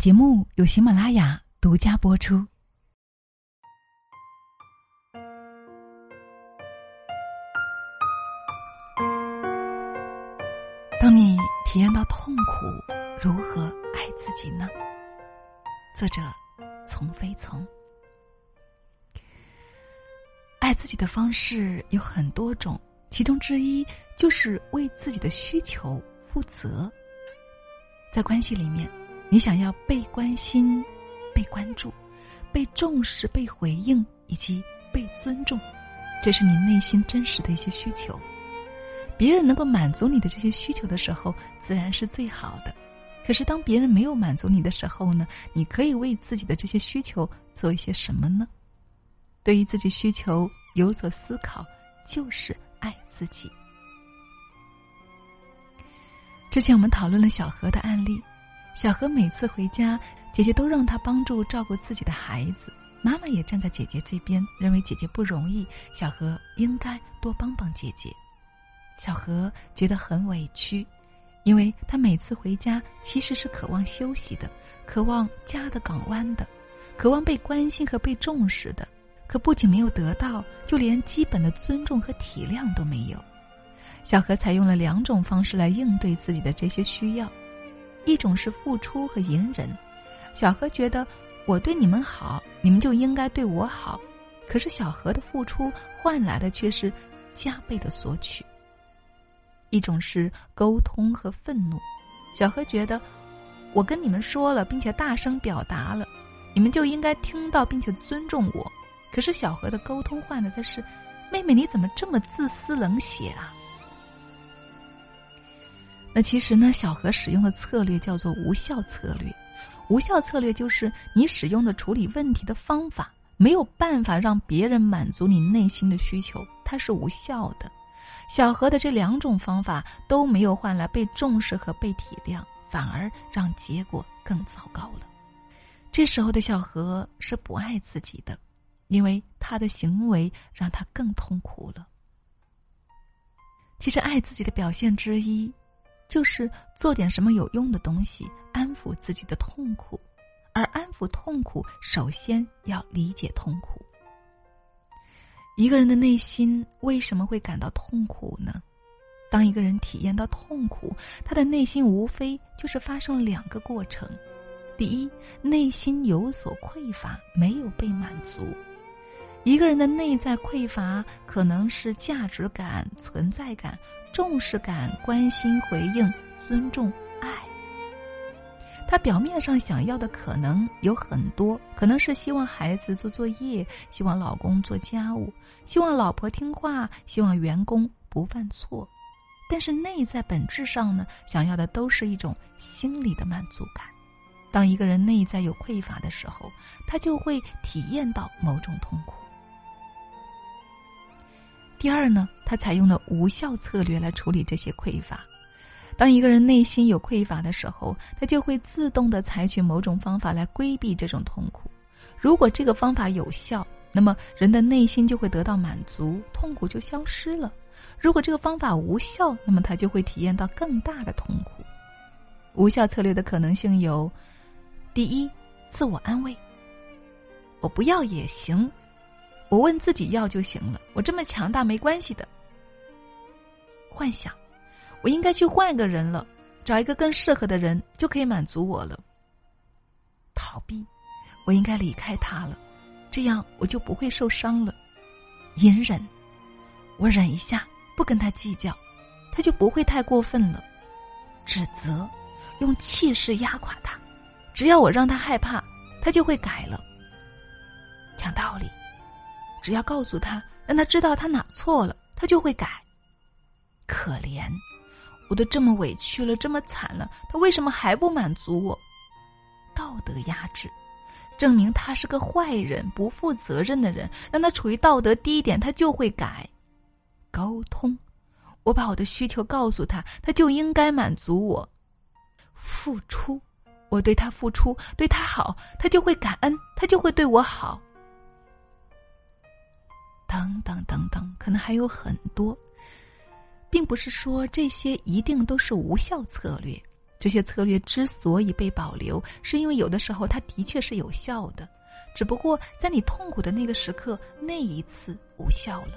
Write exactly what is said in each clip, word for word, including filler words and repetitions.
节目由喜马拉雅独家播出。当你体验到痛苦，如何爱自己呢？作者从非从。爱自己的方式有很多种，其中之一就是为自己的需求负责。在关系里面，你想要被关心、被关注、被重视、被回应以及被尊重，这是你内心真实的一些需求。别人能够满足你的这些需求的时候，自然是最好的。可是当别人没有满足你的时候呢，你可以为自己的这些需求做一些什么呢？对于自己需求有所思考，就是爱自己。之前我们讨论了小何的案例，小何每次回家，姐姐都让他帮助照顾自己的孩子，妈妈也站在姐姐这边，认为姐姐不容易，小何应该多帮帮姐姐。小何觉得很委屈，因为他每次回家其实是渴望休息的，渴望家的港湾的，渴望被关心和被重视的，可不仅没有得到，就连基本的尊重和体谅都没有。小何采用了两种方式来应对自己的这些需要，一种是付出和隐忍。小何觉得我对你们好，你们就应该对我好，可是小何的付出换来的却是加倍的索取。一种是沟通和愤怒，小何觉得我跟你们说了并且大声表达了，你们就应该听到并且尊重我，可是小何的沟通换来的是妹妹你怎么这么自私冷血啊。那其实呢，小何使用的策略叫做无效策略。无效策略就是你使用的处理问题的方法没有办法让别人满足你内心的需求，它是无效的。小何的这两种方法都没有换来被重视和被体谅，反而让结果更糟糕了。这时候的小何是不爱自己的，因为他的行为让他更痛苦了。其实爱自己的表现之一就是做点什么有用的东西，安抚自己的痛苦。而安抚痛苦，首先要理解痛苦。一个人的内心为什么会感到痛苦呢？当一个人体验到痛苦，他的内心无非就是发生了两个过程。第一，内心有所匮乏，没有被满足。一个人的内在匮乏可能是价值感、存在感、重视感、关心、回应、尊重、爱。他表面上想要的可能有很多，可能是希望孩子做作业，希望老公做家务，希望老婆听话，希望员工不犯错。但是内在本质上呢，想要的都是一种心理的满足感。当一个人内在有匮乏的时候，他就会体验到某种痛苦。第二呢，他采用了无效策略来处理这些匮乏。当一个人内心有匮乏的时候，他就会自动地采取某种方法来规避这种痛苦。如果这个方法有效，那么人的内心就会得到满足，痛苦就消失了。如果这个方法无效，那么他就会体验到更大的痛苦。无效策略的可能性有：第一，自我安慰，我不要也行，我问自己要就行了，我这么强大没关系的。幻想，我应该去换个人了，找一个更适合的人就可以满足我了。逃避，我应该离开他了，这样我就不会受伤了。隐忍，我忍一下，不跟他计较，他就不会太过分了。指责，用气势压垮他，只要我让他害怕，他就会改了。讲道理，只要告诉他，让他知道他哪错了，他就会改。可怜，我都这么委屈了，这么惨了，他为什么还不满足我？道德压制，证明他是个坏人，不负责任的人，让他处于道德低点，他就会改。沟通，我把我的需求告诉他，他就应该满足我。付出，我对他付出，对他好，他就会感恩，他就会对我好。等等等等，可能还有很多。并不是说这些一定都是无效策略， 这些策略之所以被保留，是因为有的时候它的确是有效的，只不过在你痛苦的那个时刻，那一次无效了。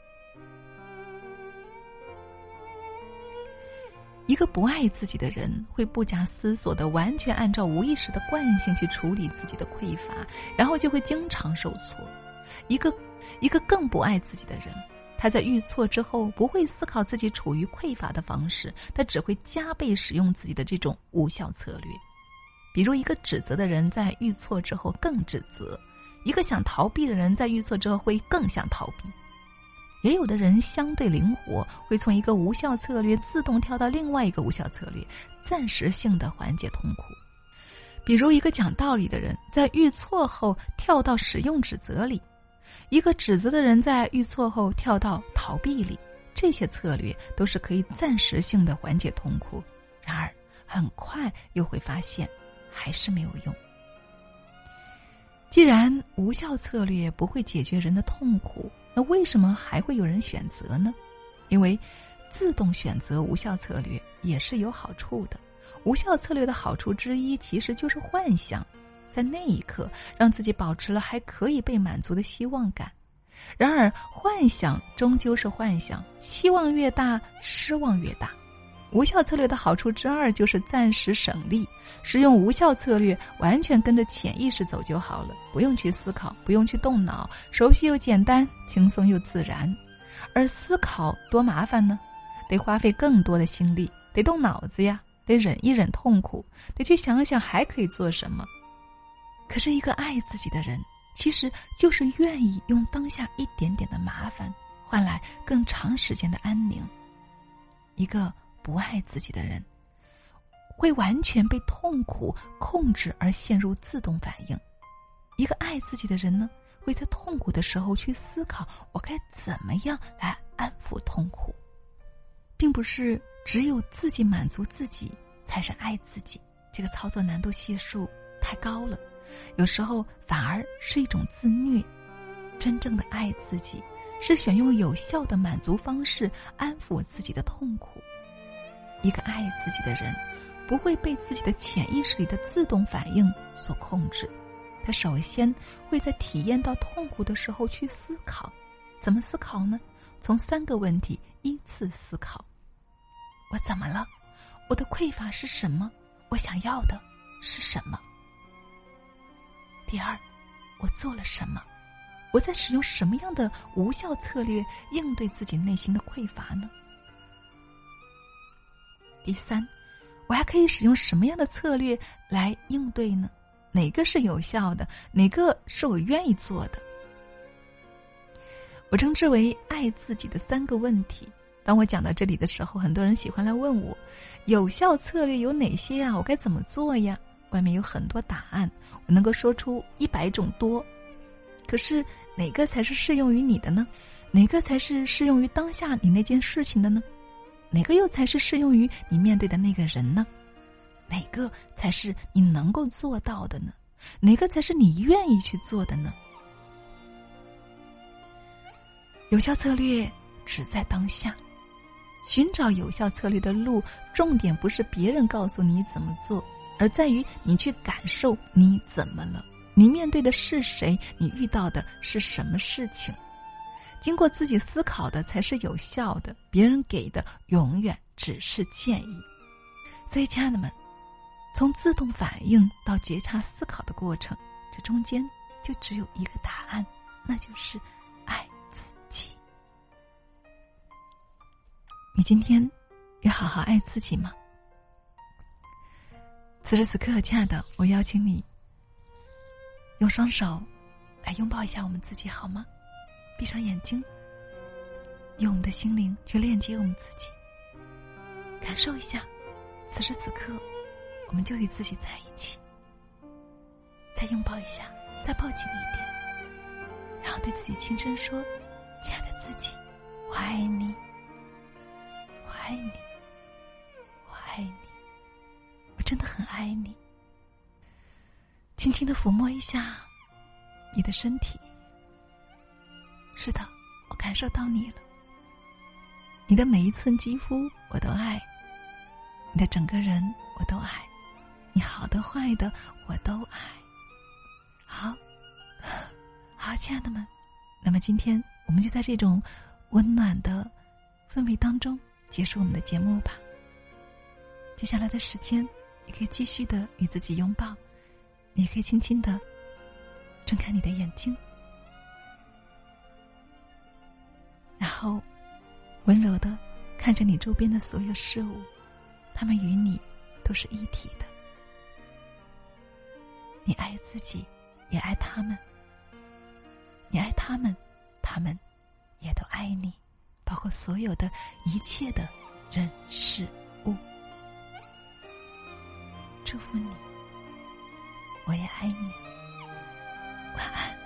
一个不爱自己的人，会不假思索地完全按照无意识的惯性去处理自己的匮乏，然后就会经常受挫。一个一个更不爱自己的人，他在遇挫之后不会思考自己处于匮乏的方式，他只会加倍使用自己的这种无效策略。比如一个指责的人在遇挫之后更指责，一个想逃避的人在遇挫之后会更想逃避。也有的人相对灵活，会从一个无效策略自动跳到另外一个无效策略，暂时性的缓解痛苦。比如一个讲道理的人在遇挫后跳到使用指责里，一个指责的人在遇挫后跳到逃避里，这些策略都是可以暂时性的缓解痛苦，然而很快又会发现还是没有用。既然无效策略不会解决人的痛苦，那为什么还会有人选择呢？因为自动选择无效策略也是有好处的。无效策略的好处之一其实就是幻想，在那一刻让自己保持了还可以被满足的希望感。然而幻想终究是幻想，希望越大失望越大。无效策略的好处之二就是暂时省力，使用无效策略完全跟着潜意识走就好了，不用去思考，不用去动脑，熟悉又简单，轻松又自然。而思考多麻烦呢？得花费更多的心力，得动脑子呀，得忍一忍痛苦，得去想想还可以做什么。可是一个爱自己的人，其实就是愿意用当下一点点的麻烦换来更长时间的安宁。一个不爱自己的人，会完全被痛苦控制而陷入自动反应。一个爱自己的人呢，会在痛苦的时候去思考我该怎么样来安抚痛苦，并不是只有自己满足自己才是爱自己，这个操作难度系数太高了，有时候反而是一种自虐。真正的爱自己，是选用有效的满足方式安抚自己的痛苦。一个爱自己的人，不会被自己的潜意识里的自动反应所控制，他首先会在体验到痛苦的时候去思考。怎么思考呢？从三个问题依次思考。我怎么了？我的匮乏是什么？我想要的是什么？第二，我做了什么？我在使用什么样的无效策略应对自己内心的匮乏呢？第三，我还可以使用什么样的策略来应对呢？哪个是有效的？哪个是我愿意做的？我称之为爱自己的三个问题。当我讲到这里的时候，很多人喜欢来问我，有效策略有哪些呀？我该怎么做呀？外面有很多答案，我能够说出一百种多。可是哪个才是适用于你的呢？哪个才是适用于当下你那件事情的呢？哪个又才是适用于你面对的那个人呢？哪个才是你能够做到的呢？哪个才是你愿意去做的呢？有效策略只在当下。寻找有效策略的路，重点不是别人告诉你怎么做，而在于你去感受你怎么了，你面对的是谁，你遇到的是什么事情。经过自己思考的才是有效的，别人给的永远只是建议。所以亲爱的们，从自动反应到觉察思考的过程，这中间就只有一个答案，那就是爱自己。你今天有好好爱自己吗？此时此刻，亲爱的，我邀请你用双手来拥抱一下我们自己，好吗？闭上眼睛，用我们的心灵去链接我们自己，感受一下此时此刻我们就与自己在一起。再拥抱一下，再抱紧一点，然后对自己轻声说，亲爱的自己，我爱你，我爱你，我爱你，我真的很爱你。轻轻地抚摸一下你的身体，是的，我感受到你了。你的每一寸肌肤我都爱，你的整个人我都爱，你好的坏的我都爱。好，好，亲爱的们，那么今天我们就在这种温暖的氛围当中结束我们的节目吧。接下来的时间，你可以继续的与自己拥抱，你也可以轻轻的睁开你的眼睛，然后温柔的看着你周边的所有事物，它们与你都是一体的。你爱自己，也爱他们，你爱他们，他们也都爱你，包括所有的一切的人事物。祝福你，我也爱你，晚安。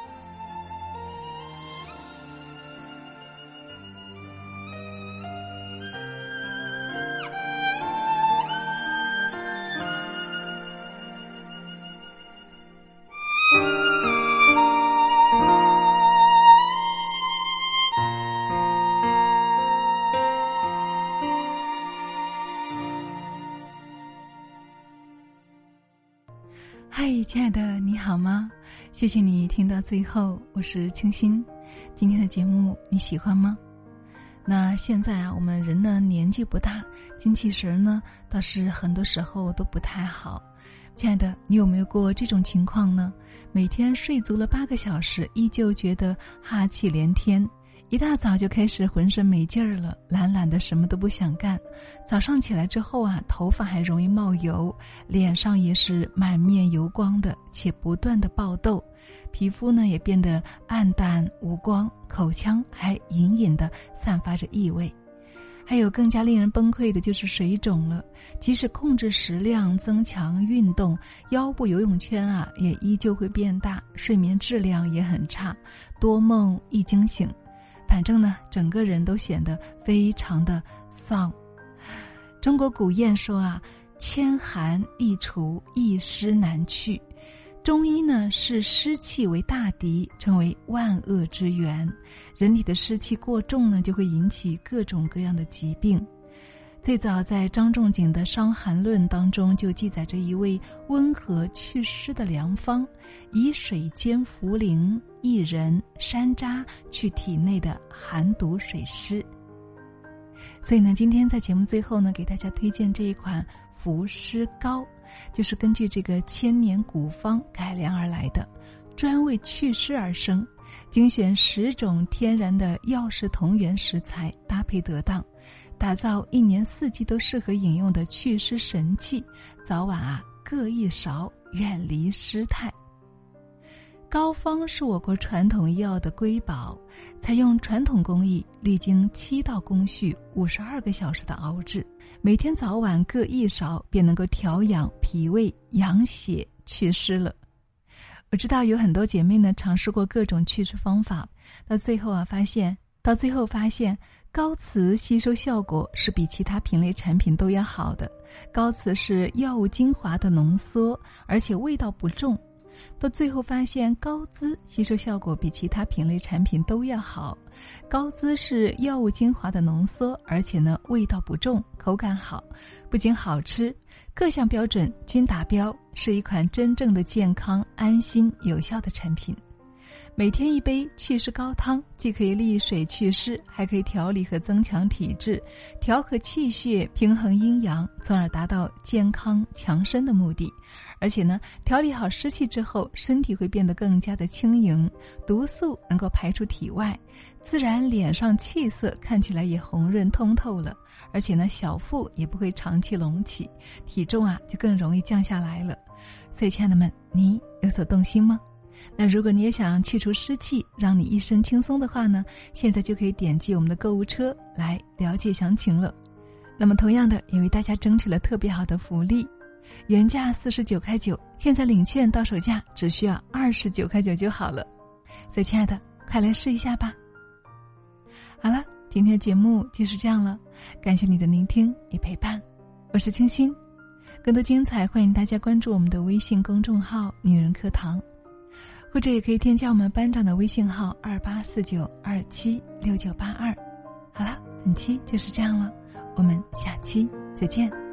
嗨，亲爱的，你好吗？谢谢你听到最后，我是清新。今天的节目你喜欢吗？那现在啊，我们人呢年纪不大，精气神呢倒是很多时候都不太好。亲爱的，你有没有过这种情况呢？每天睡足了八个小时，依旧觉得哈气连天，一大早就开始浑身没劲儿了，懒懒的什么都不想干。早上起来之后啊，头发还容易冒油，脸上也是满面油光的，且不断的爆痘，皮肤呢也变得暗淡无光，口腔还隐隐的散发着异味。还有更加令人崩溃的就是水肿了，即使控制食量，增强运动，腰部游泳圈啊也依旧会变大，睡眠质量也很差，多梦易惊醒。反正呢，整个人都显得非常的丧。中国古谚说啊，千寒易除，一湿难去。中医呢视湿气为大敌，称为万恶之源。人体的湿气过重呢，就会引起各种各样的疾病。最早在张仲景的《伤寒论》当中就记载着一味温和祛湿的良方，以水煎茯苓、薏仁、山楂去体内的寒毒水湿。所以呢，今天在节目最后呢，给大家推荐这一款伏湿膏，就是根据这个千年古方改良而来的，专为祛湿而生，精选十种天然的药食同源食材，搭配得当，打造一年四季都适合饮用的祛湿神器，早晚啊各一勺，远离湿态。膏方是我国传统医药的瑰宝，采用传统工艺，历经七道工序，五十二个小时的熬制，每天早晚各一勺，便能够调养脾胃、养血、祛湿了。我知道有很多姐妹呢尝试过各种祛湿方法，到最后啊发现，到最后发现膏瓷吸收效果是比其他品类产品都要好的。膏瓷是药物精华的浓缩，而且味道不重。到最后发现膏滋吸收效果比其他品类产品都要好。膏滋是药物精华的浓缩，而且呢味道不重，口感好，不仅好吃，各项标准均达标，是一款真正的健康、安心、有效的产品。每天一杯祛湿膏汤，既可以利水祛湿，还可以调理和增强体质，调和气血，平衡阴阳，从而达到健康强身的目的。而且呢，调理好湿气之后，身体会变得更加的轻盈，毒素能够排出体外，自然脸上气色看起来也红润通透了。而且呢，小腹也不会长期隆起，体重啊就更容易降下来了。所以亲爱的们，你有所动心吗？那如果你也想去除湿气，让你一身轻松的话呢，现在就可以点击我们的购物车来了解详情了。那么同样的，也为大家争取了特别好的福利，原价四十九块九，现在领券到手价只需要二十九块九就好了。所以亲爱的，快来试一下吧。好了，今天的节目就是这样了，感谢你的聆听与陪伴，我是清新。更多精彩，欢迎大家关注我们的微信公众号女人课堂，或者也可以添加我们班长的微信号二八四九二七六九八二。好了，本期就是这样了，我们下期再见。